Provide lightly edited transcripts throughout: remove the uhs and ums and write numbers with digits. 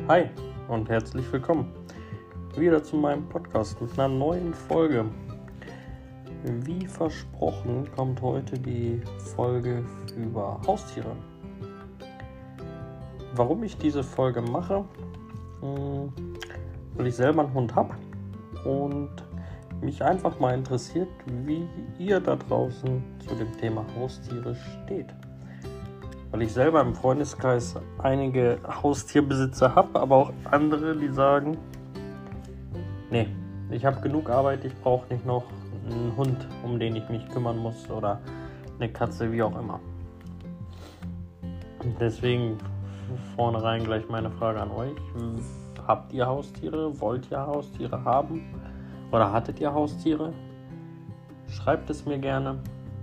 Hi und herzlich willkommen wieder zu meinem Podcast mit einer neuen Folge. Wie versprochen kommt heute die Folge über Haustiere. Warum ich diese Folge mache? Weil ich selber einen Hund habe und mich einfach mal interessiert, wie ihr da draußen zu dem Thema Haustiere steht. Weil ich selber im Freundeskreis einige Haustierbesitzer habe, aber auch andere, die sagen, nee, ich habe genug Arbeit, ich brauche nicht noch einen Hund, um den ich mich kümmern muss oder eine Katze, wie auch immer. Und deswegen vornherein gleich meine Frage an euch. Habt ihr Haustiere? Wollt ihr Haustiere haben? Oder hattet ihr Haustiere? Schreibt es mir gerne.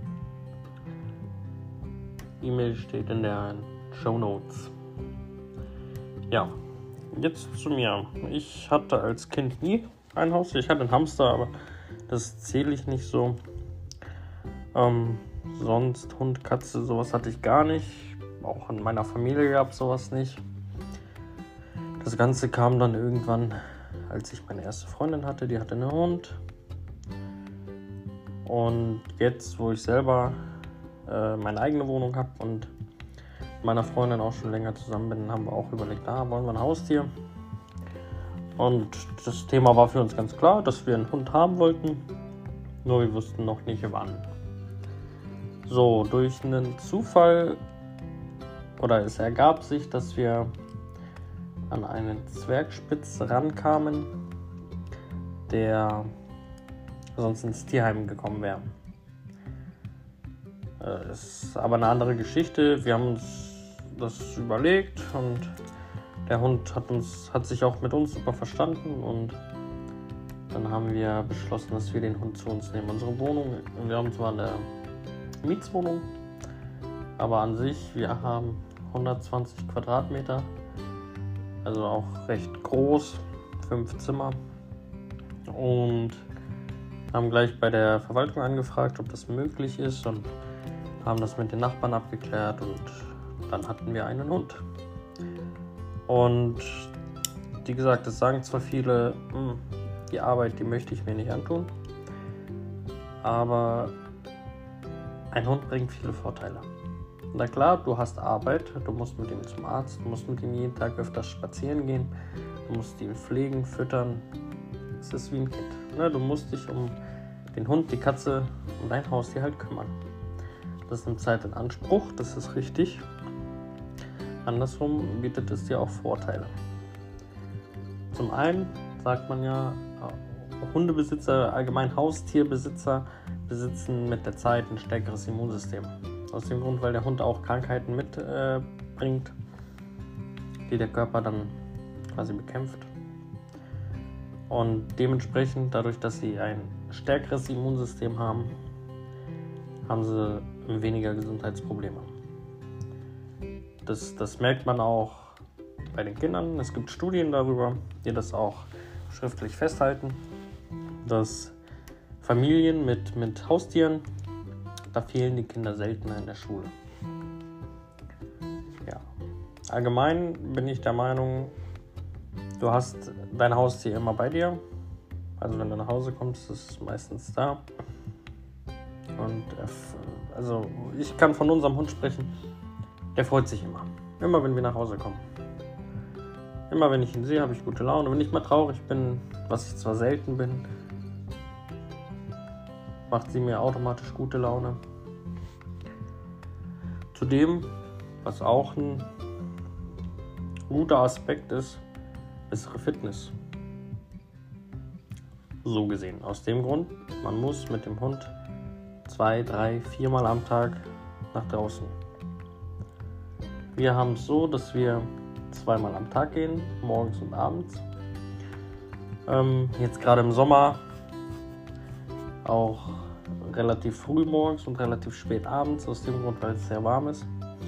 E-Mail steht in den Shownotes. Ja, jetzt zu mir. Ich hatte als Kind nie ein Haustier. Ich hatte einen Hamster, aber das zähle ich nicht so. Sonst Hund, Katze, sowas hatte ich gar nicht. Auch in meiner Familie gab es sowas nicht. Das Ganze kam dann irgendwann, als ich meine erste Freundin hatte. Die hatte einen Hund. Und jetzt, wo ich selber meine eigene Wohnung habe und mit meiner Freundin auch schon länger zusammen bin, haben wir auch überlegt, wollen wir ein Haustier? Und das Thema war für uns ganz klar, dass wir einen Hund haben wollten, nur wir wussten noch nicht wann. So, durch einen Zufall, oder es ergab sich, dass wir an einen Zwergspitz rankamen, der sonst ins Tierheim gekommen wäre. Ist aber eine andere Geschichte. Wir haben uns das überlegt und der Hund hat sich auch mit uns super verstanden und dann haben wir beschlossen, dass wir den Hund zu uns nehmen. Unsere Wohnung, wir haben zwar eine Mietswohnung, aber an sich, wir haben 120 Quadratmeter, also auch recht groß, 5 Zimmer und haben gleich bei der Verwaltung angefragt, ob das möglich ist und haben das mit den Nachbarn abgeklärt und dann hatten wir einen Hund. Und wie gesagt, es sagen zwar viele, die Arbeit, die möchte ich mir nicht antun, aber ein Hund bringt viele Vorteile. Na klar, du hast Arbeit, du musst mit ihm zum Arzt, du musst mit ihm jeden Tag öfters spazieren gehen, du musst ihn pflegen, füttern. Es ist wie ein Kind. Ne? Du musst dich um den Hund, die Katze und dein Haustier halt kümmern. Das nimmt Zeit in Anspruch, das ist richtig. Andersrum bietet es dir auch Vorteile. Zum einen sagt man ja, Hundebesitzer, allgemein Haustierbesitzer besitzen mit der Zeit ein stärkeres Immunsystem. Aus dem Grund, weil der Hund auch Krankheiten mitbringt, die der Körper dann quasi bekämpft. Und dementsprechend, dadurch, dass sie ein stärkeres Immunsystem haben, haben sie weniger Gesundheitsprobleme. Das merkt man auch bei den Kindern. Es gibt Studien darüber, die das auch schriftlich festhalten, dass Familien mit Haustieren, da fehlen die Kinder seltener in der Schule. Ja. Allgemein bin ich der Meinung, du hast dein Haustier immer bei dir. Also wenn du nach Hause kommst, ist es meistens da. Und also ich kann von unserem Hund sprechen, der freut sich immer. Immer wenn wir nach Hause kommen. Immer wenn ich ihn sehe, habe ich gute Laune. Wenn ich mal traurig bin, was ich zwar selten bin, macht sie mir automatisch gute Laune. Zudem, was auch ein guter Aspekt ist, bessere Fitness. So gesehen. Aus dem Grund, man muss mit dem Hund 2, 3, 4 Mal am Tag nach draußen. Wir haben es so, dass wir 2 Mal am Tag gehen, morgens und abends. Jetzt gerade im Sommer auch relativ früh morgens und relativ spät abends, aus dem Grund, weil es sehr warm ist.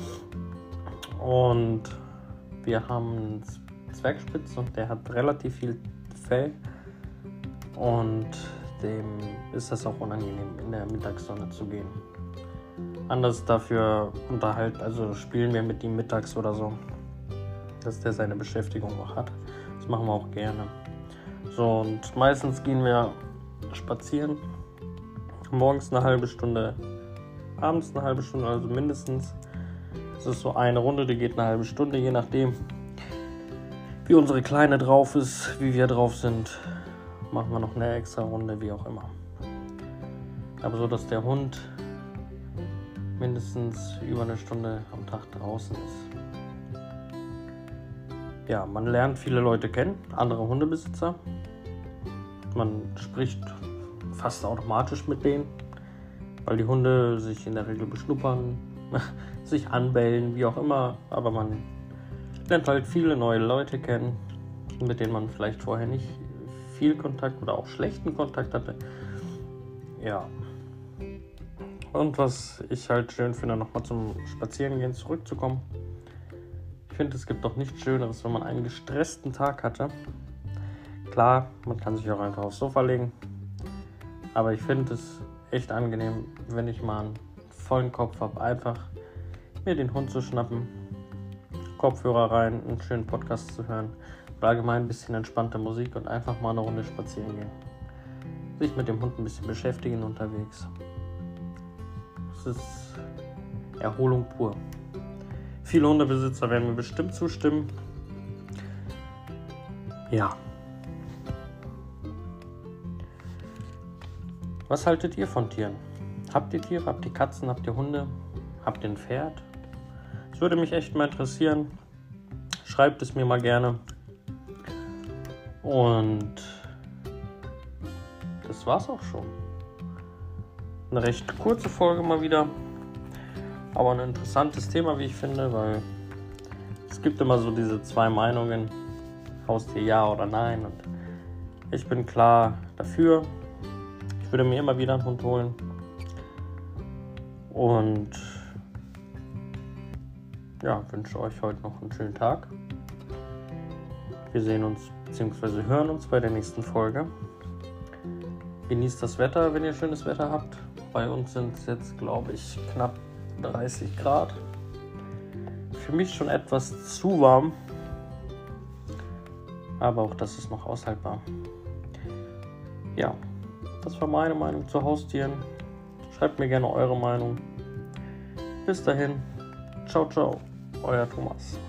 Und wir haben einen Zwergspitz und der hat relativ viel Fell und dem ist das auch unangenehm, in der Mittagssonne zu gehen. Anders dafür spielen wir mit ihm mittags oder so. dass der seine Beschäftigung noch hat. Das machen wir auch gerne. So, und meistens gehen wir spazieren. Morgens eine halbe Stunde, abends eine halbe Stunde, also mindestens. Das ist so eine Runde, die geht eine halbe Stunde, je nachdem, wie unsere Kleine drauf ist, wie wir drauf sind. Machen wir noch eine extra Runde, wie auch immer. Aber so, dass der Hund mindestens über eine Stunde am Tag draußen ist. Ja, man lernt viele Leute kennen, andere Hundebesitzer. Man spricht fast automatisch mit denen, weil die Hunde sich in der Regel beschnuppern, sich anbellen, wie auch immer. Aber man lernt halt viele neue Leute kennen, mit denen man vielleicht vorher nicht viel Kontakt oder auch schlechten Kontakt hatte. Ja. Und was ich halt schön finde, nochmal zum Spazierengehen zurückzukommen. Ich finde, es gibt doch nichts Schöneres, wenn man einen gestressten Tag hatte. Klar, man kann sich auch einfach aufs Sofa legen. Aber ich finde es echt angenehm, wenn ich mal einen vollen Kopf habe, einfach mir den Hund zu schnappen, Kopfhörer rein, einen schönen Podcast zu hören oder allgemein ein bisschen entspannte Musik und einfach mal eine Runde spazieren gehen. Sich mit dem Hund ein bisschen beschäftigen unterwegs. Das ist Erholung pur. Viele Hundebesitzer werden mir bestimmt zustimmen. Ja. Was haltet ihr von Tieren? Habt ihr Tiere? Habt ihr Katzen? Habt ihr Hunde? Habt ihr ein Pferd? Das würde mich echt mal interessieren. Schreibt es mir mal gerne. Und das war's auch schon. Eine recht kurze Folge mal wieder. Aber ein interessantes Thema, wie ich finde, weil es gibt immer so diese zwei Meinungen. Haustier ja oder nein. Und ich bin klar dafür. Ich würde mir immer wieder einen Hund holen. Und ja, wünsche euch heute noch einen schönen Tag. Wir sehen uns bzw. hören uns bei der nächsten Folge. Genießt das Wetter, wenn ihr schönes Wetter habt. Bei uns sind es jetzt, glaube ich, knapp 30 Grad. Für mich schon etwas zu warm. Aber auch das ist noch aushaltbar. Ja, das war meine Meinung zu Haustieren. Schreibt mir gerne eure Meinung. Bis dahin. Ciao, ciao. Euer Thomas.